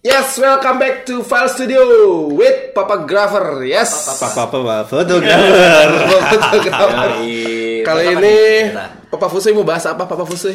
Yes, welcome back to File Studio with Papa Graver. Yes, Papa fotografer. Kali ini Papa Fusui mau bahas apa, Papa Fusui?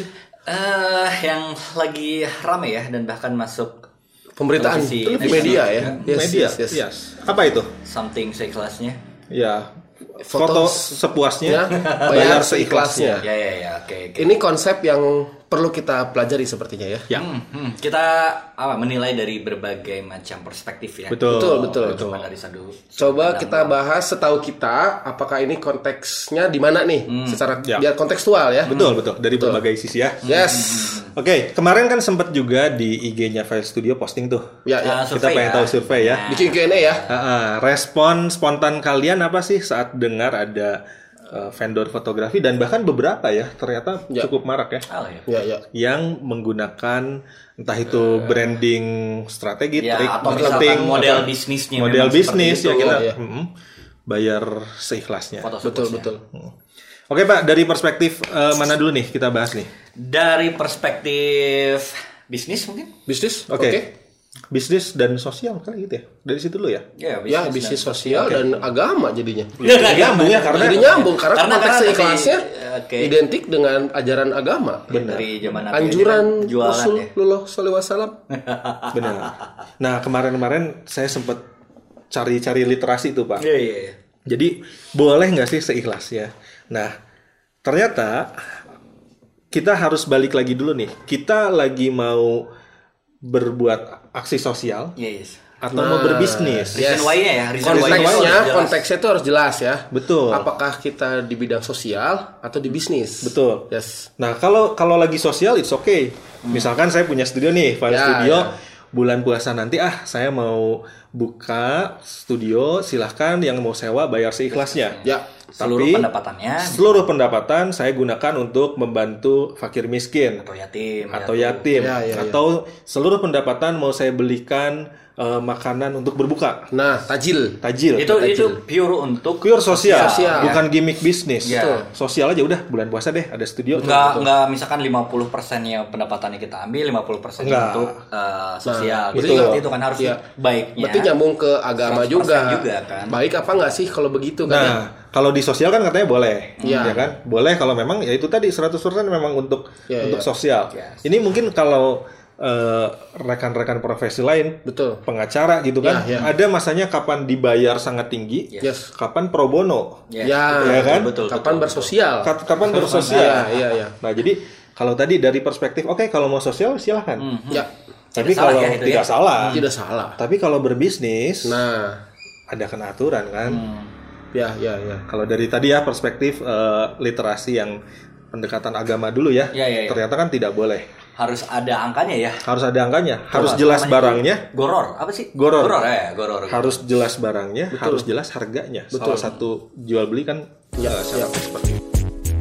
Yang lagi rame ya dan bahkan masuk pemberitaan media ya. Yes. Apa itu? Something seikhlasnya. Ya, foto sepuasnya, bayar seikhlasnya. Ya. Oke. Ini konsep yang perlu kita pelajari sepertinya ya. Kita menilai dari berbagai macam perspektif ya. Betul. Cuma dari satu. Coba kita bahas setahu kita apakah ini konteksnya di mana nih secara biar kontekstual ya. Betul. Dari berbagai sisi ya. Yes. Oke, kemarin kan sempat juga di IG-nya File Studio posting tuh. Ya. Kita pengen tahu survei ya. Bikin Q&A ya. Respon spontan kalian apa sih saat dengar ada vendor fotografi dan bahkan beberapa ya ternyata cukup marak ya. Yang menggunakan entah itu branding strategi, trik atau marketing, model bisnisnya. Model bisnis ya kita bayar seikhlasnya. Betul. Oke Pak, dari perspektif mana dulu nih kita bahas nih? Dari perspektif bisnis mungkin? Bisnis? Oke. Bisnis dan sosial kali gitu ya. Dari situ dulu ya. Ya, bisnis sosial dan agama jadinya. Nyambung ya karena konteks seikhlasnya identik dengan ajaran agama. Dari zaman Nabi anjuran jualan Rasulullah SAW. Benar. Nah, kemarin saya sempat cari literasi itu, Pak. Iya. Jadi, boleh nggak sih seikhlasnya? Nah, ternyata kita harus balik lagi dulu nih. Kita lagi mau berbuat aksi sosial atau mau berbisnis. Reason why-nya ya. Konteksnya itu harus jelas ya. Betul. Apakah kita di bidang sosial atau di bisnis? Betul. Yes. Nah, kalau lagi sosial it's okay. Misalkan saya punya studio nih, File Studio. Bulan puasa nanti saya mau buka studio, silahkan yang mau sewa bayar seikhlasnya. Ya. Seluruh pendapatan saya gunakan untuk membantu fakir miskin atau yatim. Atau seluruh pendapatan mau saya belikan makanan untuk berbuka. Nah, tajil. Itu pure sosial. Bukan gimmick bisnis. Ya. Sosial aja udah bulan puasa deh ada studio. Enggak misalkan 50%-nya pendapatannya kita ambil, 50% untuk sosial. Betul. Itu kan harus baiknya. Berarti nyambung ke agama juga kan. Baik apa enggak sih kalau begitu kan? Nah, kalau di sosial kan katanya boleh. Ya kan? Boleh kalau memang ya itu tadi 100% memang untuk sosial. Yes. Ini mungkin kalau rekan-rekan profesi lain, pengacara gitu kan, ada masanya kapan dibayar sangat tinggi, kapan pro bono, ya kan, kapan bersosial, kapan bersosial. Iya. Nah jadi kalau tadi dari perspektif, kalau mau sosial silahkan, tapi tidak kalau salah tidak salah, tapi kalau berbisnis, ada aturan kan, ya. Kalau dari tadi ya perspektif literasi yang pendekatan agama dulu ya, ternyata kan tidak boleh. Harus ada angkanya ya. Harus jelas barangnya. Goror. Apa sih? Goror. Goror. Harus jelas barangnya, harus jelas harganya. Salah satu jual beli kan seperti itu.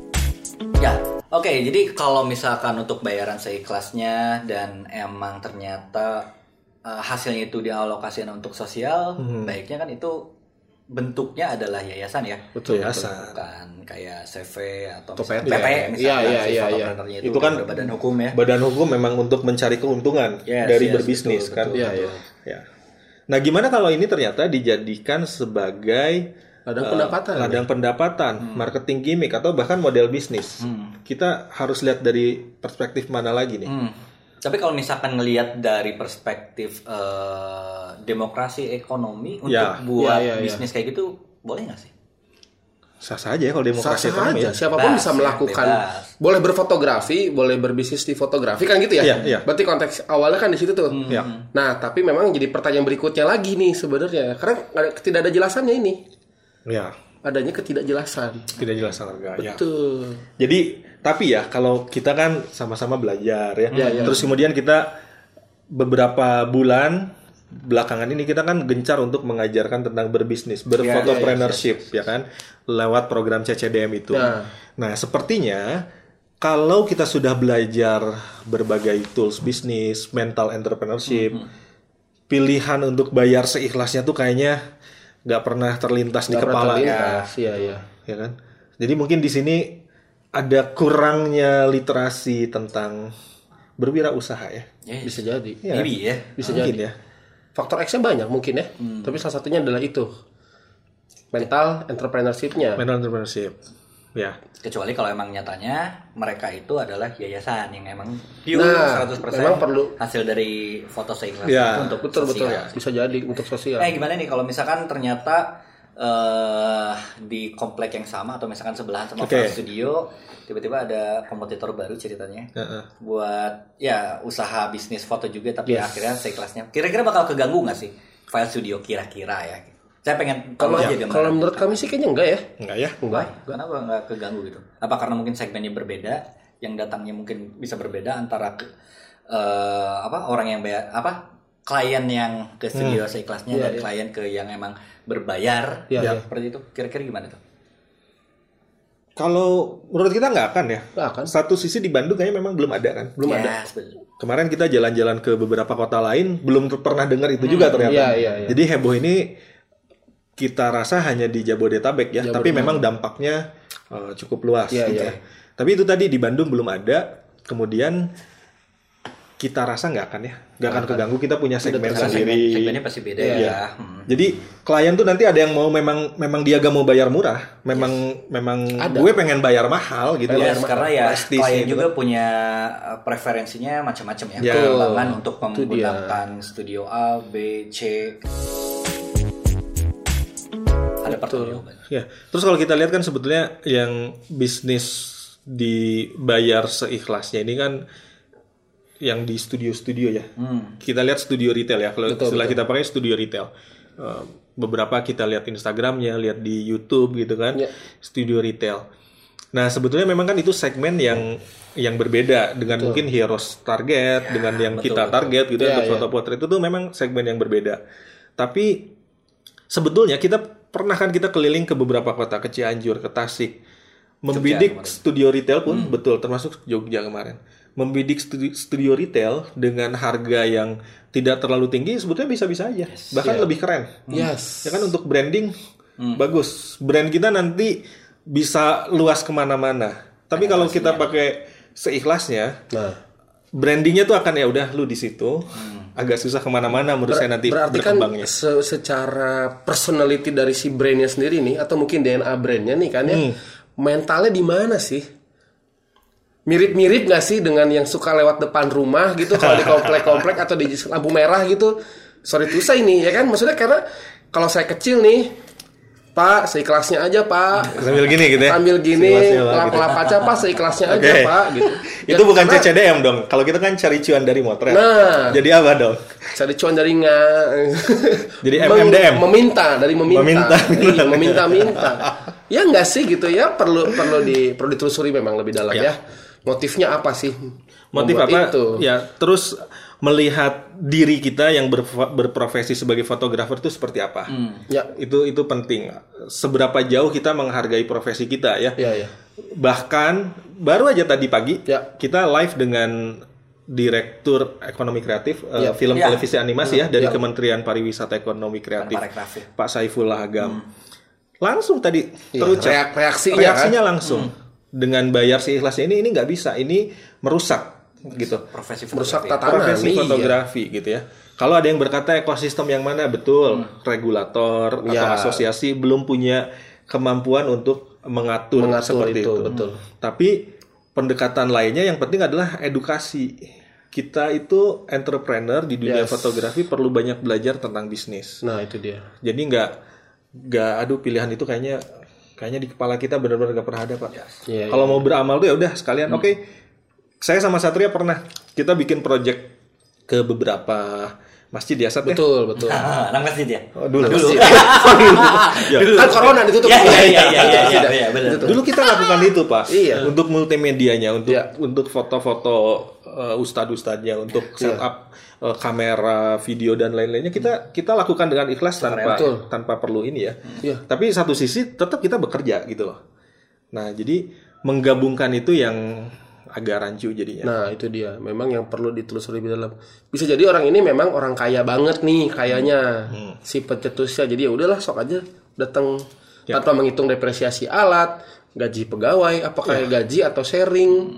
Ya, oke. Jadi kalau misalkan untuk bayaran seikhlasnya dan emang ternyata hasilnya itu dialokasikan untuk sosial, baiknya kan itu bentuknya adalah yayasan ya. Betul, yayasan. Bukan kayak CV atau PT misalnya. Iya. Itu kan badan hukum ya. Badan hukum memang untuk mencari keuntungan dari berbisnis kan. Iya. Nah, gimana kalau ini ternyata dijadikan sebagai ladang pendapatan, marketing gimmick atau bahkan model bisnis? Kita harus lihat dari perspektif mana lagi nih? Tapi kalau misalkan ngelihat dari perspektif demokrasi ekonomi untuk buat bisnis kayak gitu, boleh nggak sih? Sah-sah aja kalau demokrasi ekonomi. Siapapun bisa melakukan. Boleh berfotografi, boleh berbisnis di fotografi kan gitu ya? Iya. Berarti konteks awalnya kan di situ tuh. Nah, tapi memang jadi pertanyaan berikutnya lagi nih sebenarnya. Karena tidak ada jelasannya ini. Ya. Adanya ketidakjelasan. Ketidakjelasan harga. Betul. Jadi tapi ya kalau kita kan sama-sama belajar ya. Terus kemudian kita beberapa bulan belakangan ini kita kan gencar untuk mengajarkan tentang berbisnis, berfotopreneurship ya kan, lewat program CCDM itu. Nah, sepertinya kalau kita sudah belajar berbagai tools bisnis, mental entrepreneurship, pilihan untuk bayar seikhlasnya tuh kayaknya nggak pernah terlintas di kepala ya kan. Jadi mungkin di sini ada kurangnya literasi tentang berwirausaha ya. Bisa jadi. Maybe ya. Bisa Mungkin jadi. ya. Faktor X-nya banyak mungkin ya. Tapi salah satunya adalah itu. Mental entrepreneurship-nya. Mental entrepreneurship. Ya. Kecuali kalau emang nyatanya mereka itu adalah yayasan yang emang pure Nah, 100% memang perlu hasil dari foto seikhlas Ya, untuk Betul. sosial. Bisa jadi untuk sosial. Gimana nih kalau misalkan ternyata di komplek yang sama atau misalkan sebelahan sama File Studio tiba-tiba ada kompetitor baru ceritanya buat ya usaha bisnis foto juga tapi akhirnya seikhlasnya. Kira-kira bakal keganggu nggak sih File Studio kira-kira ya? Saya pengen tahu aja gambaran. Kalau menurut kami sih kayaknya enggak ya. Enggak ya? Enggak. Kenapa nggak keganggu gitu? Apa karena mungkin segmennya berbeda, yang datangnya mungkin bisa berbeda antara orang yang bayar klien yang ke studio seikhlasnya dan klien ke yang emang berbayar seperti itu. Kira-kira gimana tuh? Kalau menurut kita nggak akan ya. Nggak akan. Satu sisi di Bandung kayaknya memang belum ada kan. Belum ada. Kemarin kita jalan-jalan ke beberapa kota lain belum pernah dengar itu juga ternyata. Iya. Jadi heboh ini kita rasa hanya di Jabodetabek ya, tapi memang dampaknya cukup luas. Gitu. Tapi itu tadi di Bandung belum ada, kemudian kita rasa nggak akan keganggu, kita punya segmen sendiri. Segmennya pasti beda ya. Jadi klien tuh nanti ada yang mau memang dia gak mau bayar murah, memang gue pengen bayar mahal gitu ya. Karena ya klien gitu juga punya preferensinya macam-macam ya. Perkembangan untuk menggunakan studio A, B, C. Ada pertanyaan. Ya, terus kalau kita lihat kan sebetulnya yang bisnis dibayar seikhlasnya ini kan yang di studio-studio ya. Kita lihat studio retail ya. Kalau istilah kita pakai studio retail. Beberapa kita lihat Instagramnya, lihat di YouTube gitu kan. Studio retail. Nah sebetulnya memang kan itu segmen yang berbeda dengan mungkin Heroes target, dengan yang kita target gitu untuk foto portrait itu tuh memang segmen yang berbeda. Tapi sebetulnya kita keliling ke beberapa kota, ke Cianjur, ke Tasik, membidik studio retail pun betul, termasuk Jogja kemarin. Membidik studio retail dengan harga yang tidak terlalu tinggi sebetulnya bisa-bisa aja, bahkan lebih keren. Ya kan untuk branding bagus, brand kita nanti bisa luas kemana-mana. Tapi kalau kita pakai seikhlasnya, brandingnya tuh akan ya udah lu di situ. Agak susah kemana-mana menurut saya nanti berkembangnya. Berarti kan secara personality dari si brandnya sendiri nih, atau mungkin DNA brandnya nih kan ya, mentalnya di mana sih? Mirip-mirip nggak sih dengan yang suka lewat depan rumah gitu kalau di komplek-komplek atau di lampu merah gitu? Sorry to say ini ya kan, maksudnya karena kalau saya kecil nih, Pak, seikhlasnya aja Pak. Sambil gini gitu ya. Sambil gini, lap-lap aja Pak, seikhlasnya aja Pak gitu. Itu bukan CCDM dong. Kalau kita kan cari cuan dari motret. Nah, jadi apa dong? Cari cuan dari Jadi MMDM. Meminta. Iya, meminta. Ya enggak sih gitu ya, perlu ditelusuri memang lebih dalam ya. Motifnya apa sih? Motif apa? Itu? Ya, terus melihat diri kita yang berprofesi sebagai fotografer itu seperti apa. Itu penting. Seberapa jauh kita menghargai profesi kita ya. Bahkan baru aja tadi pagi kita live dengan Direktur Ekonomi Kreatif Film Televisi Animasi dari Kementerian Pariwisata Ekonomi Kreatif Pak Saiful Agam. Langsung tadi terucap reaksinya langsung dengan bayar seikhlasnya ini nggak bisa, ini merusak gitu, merusak tatanan profesi fotografi gitu ya. Kalau ada yang berkata ekosistem yang mana, betul, regulator atau asosiasi belum punya kemampuan untuk mengatur seperti itu. Betul. Tapi pendekatan lainnya yang penting adalah edukasi. Kita itu entrepreneur di dunia fotografi perlu banyak belajar tentang bisnis. Nah itu dia. Jadi nggak aduh pilihan itu kayaknya di kepala kita benar-benar nggak pernah ada Pak. Kalau mau beramal tuh ya udah sekalian. Oke. Saya sama Satria pernah kita bikin project ke beberapa masjid ya Sat ya? Betul. Anak masjid ya? Dulu. Kan corona ditutup. Iya, benar. Dulu kita lakukan itu Pak. Untuk multimedianya, untuk foto-foto ustadz-ustadznya, untuk setup kamera, video dan lain-lainnya kita lakukan dengan ikhlas tanpa perlu ini ya. Tapi satu sisi tetap kita bekerja gitu loh. Nah, jadi menggabungkan itu yang agak rancu jadinya. Nah itu dia, memang yang perlu ditelusuri lebih dalam. Bisa jadi orang ini memang orang kaya banget nih kayaknya, si pencetusnya. Jadi ya udahlah sok aja datang tanpa menghitung depresiasi alat, gaji pegawai, apakah gaji atau sharing.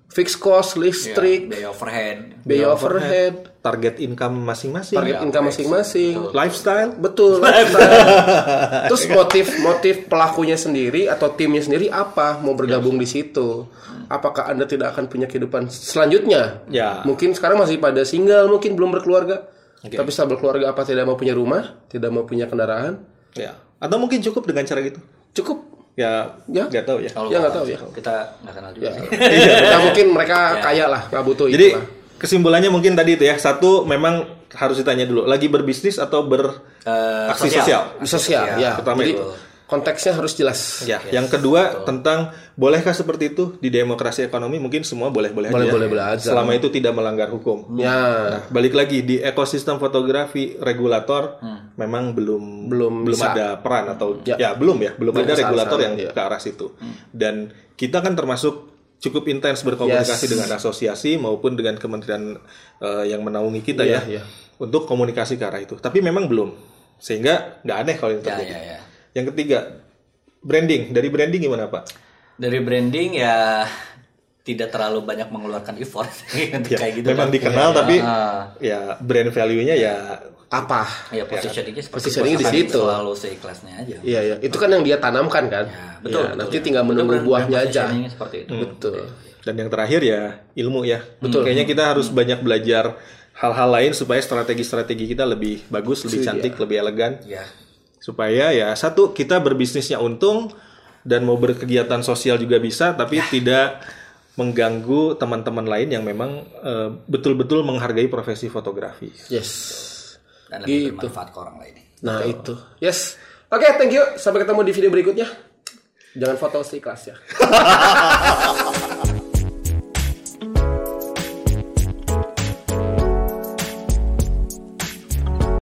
fixed cost, listrik, biaya overhead, target income masing-masing, lifestyle, betul, lifestyle. Terus motif pelakunya sendiri atau timnya sendiri apa mau bergabung di situ? Apakah Anda tidak akan punya kehidupan selanjutnya? Ya. Mungkin sekarang masih pada single, mungkin belum berkeluarga. Tapi setelah berkeluarga apa tidak mau punya rumah, tidak mau punya kendaraan? Ya. Atau mungkin cukup dengan cara gitu? Cukup. Ya, nggak tahu ya. Nggak tahu ya. Kita nggak kenal juga. Ya, mungkin mereka kaya lah, nggak butuh itu. Jadi lah. kesimpulannya mungkin tadi itu ya. Satu, memang harus ditanya dulu. Lagi berbisnis atau beraksi sosial? Sosial, ya. Pertama Jadi itu. konteksnya harus jelas. Ya. Yang kedua tentang bolehkah seperti itu di demokrasi ekonomi? Mungkin semua boleh-boleh aja. Boleh aja. Selama itu tidak melanggar hukum. Ya. Nah, balik lagi di ekosistem fotografi, regulator memang belum bisa. ada peran atau belum ada regulator yang ke arah situ. Dan kita kan termasuk cukup intens berkomunikasi dengan asosiasi maupun dengan kementerian yang menaungi kita untuk komunikasi ke arah itu. Tapi memang belum, sehingga nggak aneh kalau itu terjadi. Yang ketiga, branding. Dari branding gimana, Pak? Dari branding ya tidak terlalu banyak mengeluarkan effort kayak gitu. Memang dikenal tapi ya brand value-nya ya apa? Ya positioningnya di situ. Selalu seikhlasnya aja. Iya. Itu kan yang dia tanamkan kan. Ya, betul. Nanti tinggal menunggu buahnya aja. Seperti itu. Betul. Dan yang terakhir ya ilmu ya. Betul. Kayaknya kita harus banyak belajar hal-hal lain supaya strategi-strategi kita lebih bagus, lebih cantik, lebih elegan. Ya. Supaya ya satu, kita berbisnisnya untung dan mau berkegiatan sosial juga bisa, tapi tidak mengganggu teman-teman lain yang memang betul-betul menghargai profesi fotografi. Yes. Dan lebih bermanfaat ke orang lain. Nah itu. Yes. Oke, thank you. Sampai ketemu di video berikutnya. Jangan foto seikhlas ya.